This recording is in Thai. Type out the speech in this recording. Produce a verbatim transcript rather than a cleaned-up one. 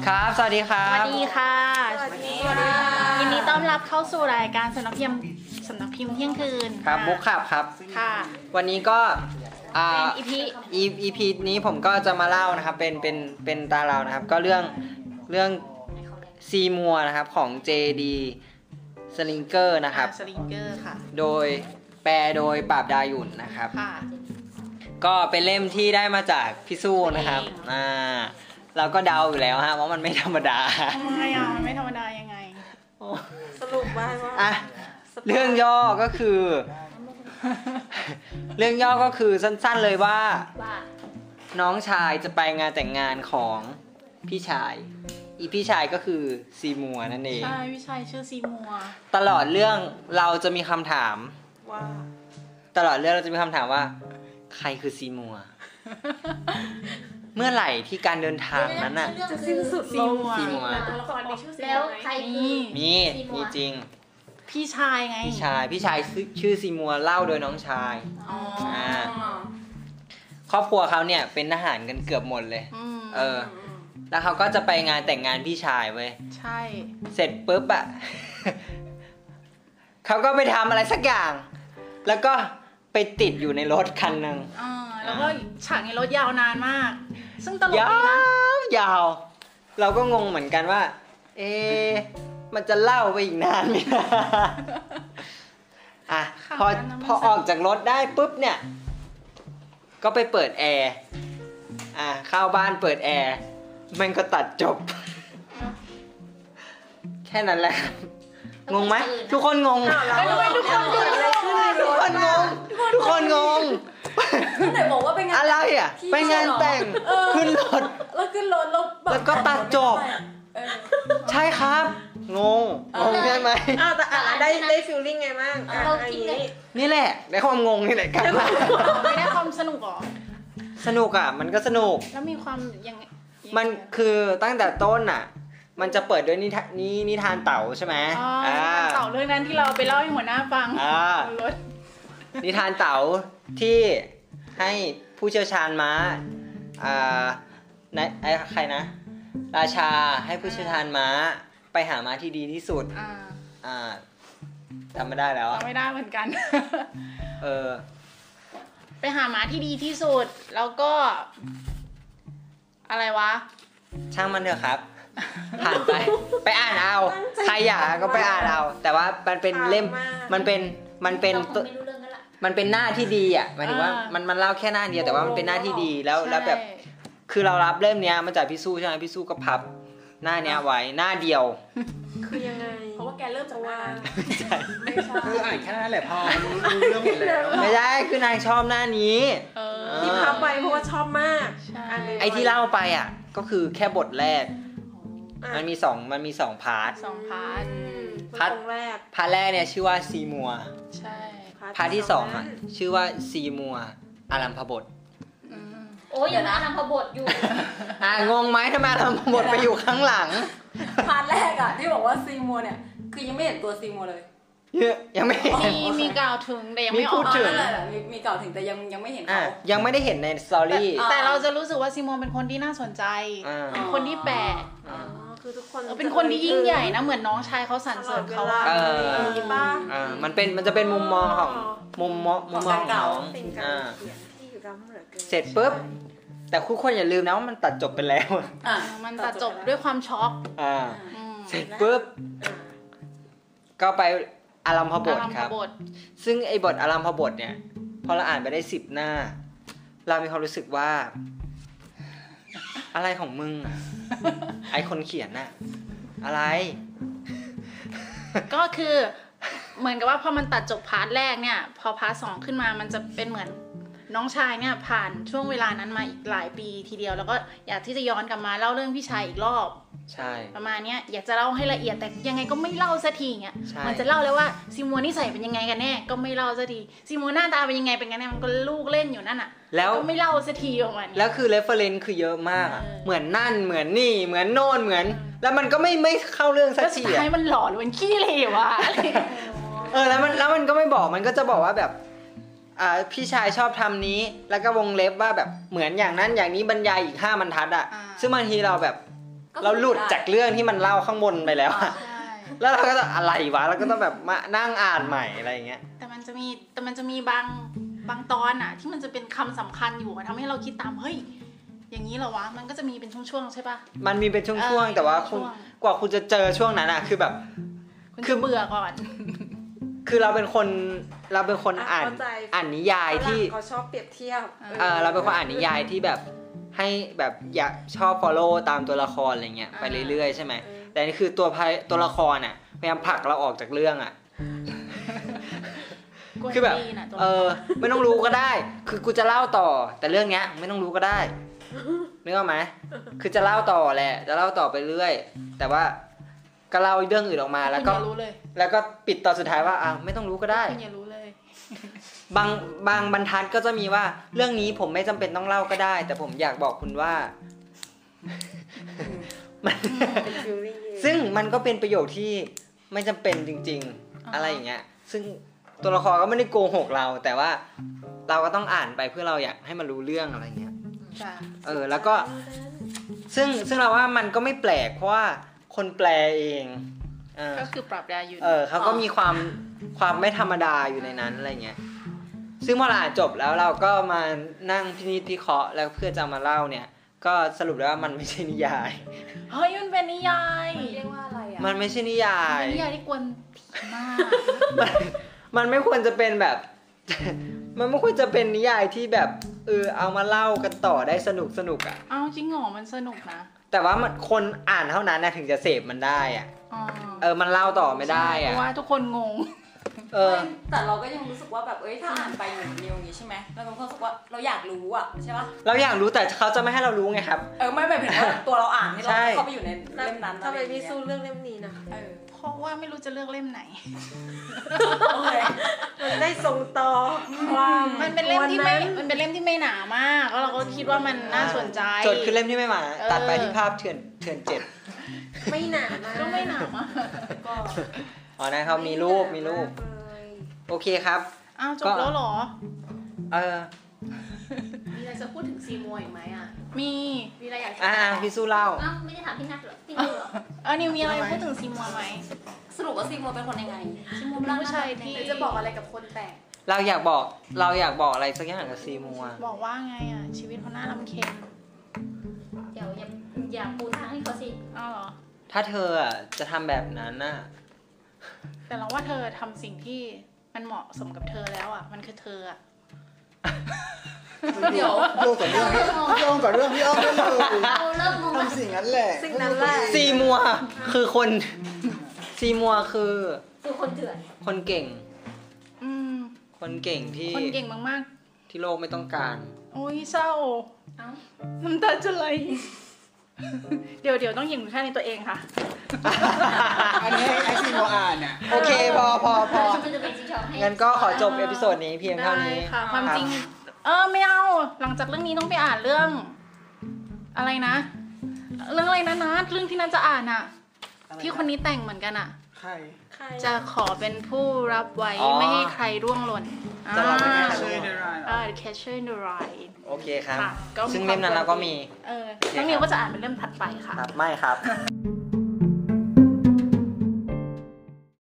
ครับสวัสดีครับสวัสดีค่ะสวัสดีค่ะยินดีต้อนรับเข้าสู่รายการสำนักพิมพ์สำนักพิมพ์เที่ยงคืนครับบุ๊คขับครับค่ะวันนี้ก็อ่าเป็น อี พีอี พี นี้ผมก็จะมาเล่านะครับเป็นเป็นเป็นตาเรานะครับก็เรื่องเรื่องซีมัวนะครับของ เจ ดี Slinger นะครับสลิงเกอร์ค่ะโดยแปลโดยปราบดาหยุ่นนะครับค่ะก็เป็นเล่มที่ได้มาจากพี่สู้นะครับอ่าเราก็เดาอยู่แล้วฮะว่ามันไม่ธรรมดาทำไมอ่ะมันไม่ธรรมดายังไงสรุปว่าว่าอ่ะเรื่องย่อก็คือ เรื่องย่อก็คือสั้นๆเลยว่าว่าน้องชายจะไปงานแต่งงานของพี่ชายอีพี่ชายก็คือซีมัวนั่นเองใช่พี่ชายชื่อซีมัวตลอดเรื่องเราจะมีคำถามว่าตลอดเรื่องเราจะมีคำถามว่าใครคือซีมัว เมื่อไหร่ที่การเดินทางนั้นน่ะจะสิ้นสุดซีลงมัวซีมัวตัวละครมีชื่อเสียแล้วงไหมใครมีคือมีซีมัวมีจริงพี่ชายไงพี่ชายพี่ชายชื่อชื่อซีมัวเล่าโดยน้องชายอ๋ออ่า ครอบครัวเขาเนี่ยเป็นทหารกันเกือบหมดเลยอืมเออ แล้วเขาก็จะไปงานแต่งงานพี่ชายเว้ยใช่เสร็จปุ๊บอะ เขาก็ไปทำอะไรสักอย่าง แล้วก็ไปติดอยู่ในรถคันหนึ่งอ่าแล้วก็ฉากในรถยาวนานมาก ซึ่งตลกยาดีนะวยาว เราก็งงเหมือนกันว่า เอ๊ะมันจะเล่าไปอีกนานไหม อ่ะพอพอออกจากรถได้ปุ๊บเนี่ย ก็ไปเปิดแอร์ อ่ะเข้าบ้านเปิดแอร์ มันก็ตัดจบ แค่นั้นแหละ งงไหมทุกคนงงแล้วทุกคนเกิดอะไรขึ้นในรทุกถคนงง ทุกคนงงก็ไหนบอกว่าเป็นงานอะไรอ่ะ ไปงานแต่ง ขึ้นรถแล้วขึ้นรถแล้วบบแล้วก็ตัดจบเออใช่ครับ งง งงใช่ไหมอ้าวแต่อ่ะได้ได้ฟีลลิ่งไงบ้างอ่ะเราอันคิดเลนี้ยนี่แหละได้ความงงนี่แหละกันมาไม่ได้ความสนุกหรอสนุกอ่ะ มันก็สนุกแล้วมีความยังไงมันคือตั้งแต่ต้นอ่ะ มันจะเปิดด้วยนิทานนินิทานเต่าใช่ไหมอ๋ออ่าเต่าเรื่องนั้นที่เราไปเล่าให้หัวหน้าฟังอ่าบนรถนิทานเต๋าที่ให้ผู้เชี่ยวชาญม้าอ่าในไอ้ใครนะ ราชาให้ผู้เชี่ยวชาญม้าไปหาม้าที่ดีที่สุดอ่าอ่าจำไม่ได้แล้วอะจำไม่ได้เหมือนกันเออไปหาหมาที่ดีที่สุด แล้วก็ อะไรวะช่างมันเถอะครับ ผ่านไป ไปอ่านเอา ใครอยากก็ไปอ่านเอา แต่ว่ามันเป็นเล่ม มันเป็น มันเป็นเราคงไม่รู้เรื่องกันละมันเป็นหน้าที่ดีอ่ะหมายถึงว่าอ่ามัมันมันเล่าแค่หน้าเดียวแต่ว่ามันเป็นหน้าที่ดีแล้วแล้วแบบใช่คือเรารับเล่มเนี้ยมาจากพี่สู้ใช่ไหมพี่สู้ก็พับหน้าเนี้ยไว้หน้าเดียวคือยังไงเพราะว่าแกเริ่มจากว่าไม่ใช่ไม่ใช่คืออ่านแค่นั้นแหละพอรู้รู้เรื่องหมดแล้วไม่ได้คือนางชอบหน้านี้เออที่พับไปเพราะว่าชอบมากใช่นหนึ่งไอ้ที่เล่าไปอ่ะก็คือแค่บทแรกอ่ะมันมีสองมันมีสองพาร์ทสองพาร์ทอืมพัดตรงแรกพาร์ทแรกเนี่ยชื่อว่าซีมัวใช่พาร์ทที่สองอ่ะชื่อว่าซีมัวอารัมพบทอืมโอ้ยยังนำพบทอยู่อ่ะงงไหมทำไมอารัมพบทไปอยู่ข้างหลังพาร์ทแรกอะที่บอกว่าซีมัวเนี่ยคือยังไม่เห็นตัวซีมัวเลยเยอะยังไม่เห็นมีมีกล่าวถึงแต่ยังมีไม่อพูอดกถึงอ๋อนั่นแหละมีมีกล่าวถึงแต่ยังยังไม่เห็นอ่ะเขายังไม่ได้เห็นในสตอรี่อ่ะแต่เราจะรู้สึกว่าซิโมนเป็นคนที่น่าสนใจอ่าเป็นคนที่แปลกอ๋อคือทุกคนเออเป็นคนที่ยิ่งใหญ่นะเหมือนน้องชายเขาสรรเสริญเขาว่าเออมีป้าอ่ามันเป็นมันจะเป็นมุมมองของมุมมองมุมมองของน้องเป็นกาอ่ารเขียนที่อยู่รำเหลือเกินเสร็จปุ๊บ แต่ทุกคนอย่าลืมนะว่ามันตัดจบไปแล้วอ่ะมันตัดจบด้วยความช็อกอ่าอืมเสร็จปุ๊บอ่ะก็ไปอารัมพบทอารัมครับพบทซึ่งไอ้บทอารัมพบทเนี่ย พอเราอ่านไปได้สิบหน้า เรามีความรู้สึกว่า อะไรของมึงอะไอคนเขียนน่ะ อะไรก็คือเหมือนกับว่าพอมันตัดจบพาร์ทแรกเนี่ย พอพาร์ทสองขึ้นมามันจะเป็นเหมือนน้องชายเนี่ยผ่านช่วงเวลานั้นมาอีกหลายปีทีเดียว แล้วก็อยากที่จะย้อนกลับมาเล่าเรื่องพี่ชายอีกรอบใช่ประมาณเนี้ยอยากจะเล่าให้ละเอียดแต่ยังไงก็ไม่เล่าสักทีเงี้ยใช่มันจะเล่าแล้วว่าซิมัวนิสัยเป็นยังไงกันแน่ก็ไม่เล่าสักทีซิมัวหน้าตาเป็นยังไงเป็นกันแน่มันก็ลูกเล่นอยู่นั่นอ่ะแล้วก็ไม่เล่าสักทีประมาณเนี้ยแล้วคือ reference คือเยอะมากอะเออเหมือนนั่นเหมือนนี่เหมือนโน่นเหมือน แล้วมันก็ไม่ไม่เข้าเรื่องสักแล้วสุทีดอะท้ายมันหล่อหรือมันขี้เหร่วะอะไรอย่างเงี้ยเออแล้วมันแล้วมันก็ไม่บอกมันก็จะบอกว่าแบบอ่าพี่ชายชอบทำนี้แล้วก็วงเล็บว่าแบบเหมือนอย่างนั้นอย่างนี้บรรยายอีกห้าบรรทัดอ่ะซึ่งบางทีเราแบบเราหลุดจากเรื่องที่มันเล่าข้างบนไปแล้วอะใช่แล้วเราก็จะอะไรวะเราก็ต้องแบบมานั่งอ่านใหม่อะไรอย่างเงี้ยแต่มันจะมีแต่มันจะมีบางบางตอนอะที่มันจะเป็นคำสำคัญอยู่อะทำให้เราคิดตามเฮ้ยอย่างนี้เหรอวะมันก็จะมีเป็นช่วงๆใช่ปะมันมีเป็นช่วงเออๆแต่ว่าคุณช่วงกว่าคุณจะเจอช่วงนั้นอะคือแบบคุณจะเบื่อก่อนคือเราเป็นคนเราเป็นคนอ่ะอ่านเข้าใจอ่านนิยายที่เขาชอบเปรียบเทียบเออเราเป็นคนอ่านนิยายที่แบบให้แบบอยากชอบ follow ตามตัวละครอะไรเงี้ยไปเรื่อยๆใช่ไหมแต่นี่คือตัวพายตัวละครอ่ะพยายามผลักเราออกจากเรื่องอ่ะ คือแบบกวนตีนอะตัวเออไม่ต้องรู้ก็ได้ คือกูจะเล่าต่อ แต่เรื่องเนี้ยไม่ต้องรู้ก็ได้นึกออกไหมคือจะเล่าต่อแหละจะเล่าต่อไปเรื่อยแต่ว่าก็เล่าเรื่องอื่นออกมาแล้วก็คุณอย่ารู้เลยแล้วก็ปิดตอนสุดท้ายว่าอ้าวไม่ต้องรู้ก็ได้คุณอย่ารู้เลยบางบางบรรทัดก็จะมีว่าเรื่องนี้ผมไม่จำเป็นต้องเล่าก็ได้ แต่ผมอยากบอกคุณว่า มันเป็นฟิลลิ่งซึ่งมันก็เป็นประโยคที่ไม่จำเป็นจริงอ๋อๆ อะไรอย่างเงี้ยซึ่งตัวละครก็ไม่ได้โกหกเรา แต่ว่าเราก็ต้องอ่านไปเพื่อเราอยากให้มันรู้เรื่องอะไรเงี้ยจ้ะเออแล้วก็ซึ่งซึ่งเราว่ามันก็ไม่แปลกเพราะว่าคนแปลเองเออก็คือปรับได้อยู่เออเขาก็มีความความไม่ธรรมดาอยู่ในนั้นอะไรเงี้ยซึ่งพอเราอ่านจบแล้วเราก็มานั่งพินิจพิเคราะห์แล้วเพื่อจะมาเล่าเนี่ย ก็สรุปได้ว่ามันไม่ใช่นิยายเฮ้ยมันเป็นนิยายมันเรียกว่าอะไรอ่ะมันไม่ใช่นิยายเป็นนิยายที่กวนผีมากมันมันไม่ควรจะเป็นแบบ มันไม่ควรจะเป็นนิยายที่แบบเออเอามาเล่ากันต่อได้สนุกสนุกอ่ะเอ้าจริงเหรอมันสนุกนะแต่ว่ามันคนอ่านเท่านั้นนะถึงจะเสพมันได้อ่ะอ๋อเออมันเล่าต่อไม่ได้เพอ่ะราะว่าทุกคนงงเออแต่เราก็ยังรู้สึกว่าแบบเอ้ยถ้าอ่านไปอยู่นิวอย่างนี้ใช่ไหมเราก็รู้สึกว่าเราอยากรู้อ่ะใช่ปะเราอยากรู้แต่เขาจะไม่ให้เรารู้ไงครับเออไม่แบบเห็นว่าตัวเราอ่านที่เราใช่เข้าไปอยู่ในเล่มนั้นทำไมพี่สู้เรื่องเล่มนี้นะเออเพราะว่าไม่รู้จะเลือกเล่มไหนโอเคมันได้ส่งต่อความมันเป็นเล่มที่ไม่วันนั้นมันเป็นเล่มที่ไม่หนามาก แล้วเราก็คิดว่ามันน่าสนใจจดคือเล่มที่ไม่มาเออตัดไปที่ภาพเถื่อนเถื่อนเจ็ดไม่หนามากก็ไม่หนามากก็อ๋อนะครับมีรูปมีรูป โอเคครับอ้าวจบแล้วเหรอเออมีอะไรจะพูดถึงซีมัวอีกไหมอ่ะมีมีอะไรอยากจะอ่าพี่สู้เล่าอ้าวไม่ได้ถามพี่นัทเหรอพี่นิวเหรอเออนิวมีอะไรพูดถึงซีมัวไหมสรุปว่าซีโมเป็นคนยังไงซีมัวเป็นผู้ชายที่หรือจะบอกอะไรกับคนแต่งเราอยากบอกเราอยากบอกอะไรสักอย่างกับซีมัวบอกว่าไงอ่ะ ชีวิตเขาหน้าลำเค็ญเดี๋ยวอย่าอย่าปูทางให้เขาสิอ้าวเหรอถ้าเธออ่ะจะทำแบบนั้นน่ะแต่เราว่าเธอทำสิ่งที่มันเหมาะสมกับเธอแล้วอ่ะ มันคือเธออ่ะเดี๋ยวโยงกับเรื่องโยงกับเรื่องพี่อ้อมได้เลยเราเริ่มงงแล้วทำสิ่งนั้นแหละสิ่งนั้นแหละซีมัวคือคนซีมัวคือคือคนเถื่อนคนเก่งอืมคนเก่งที่คนเก่งมากที่โลกไม่ต้องการๆ โอ้ยเศร้าเอ้าน้ำตาจะไหล เดี๋ยวเดี๋ยวต้องหยิงค่าในตัวเองค่ะอันนี้ไอซีโมอ่านเนี่ยโอเคพอพอพอฉันจะเป็นสีชองให้งั้นก็ขอจบเอพิโซดนี้เพียงเท่านี้ได้ค่ะ ความจริง เออไม่เอา หลังจากเรื่องนี้ต้องไปอ่านเรื่อง อะไรนะ เรื่องอะไรนะนัดเรื่องที่นัดจะอ่านอะที่คนนี้แต่งเหมือนกันอะใครใครจะขอเป็นผู้รับไว้อ๋อไม่ให้ใครร่วงหล่นจะรับไว้ไม่ให้อ่าใครช่วยเดรายเออ Catcher in the Rye โอเคครับค่ะก็ซึ่งเล่มนั้นเราก็มีเออน้องนิวก็จะอ่านเป็นเล่มถัดไปค่ะครับไม่ครับ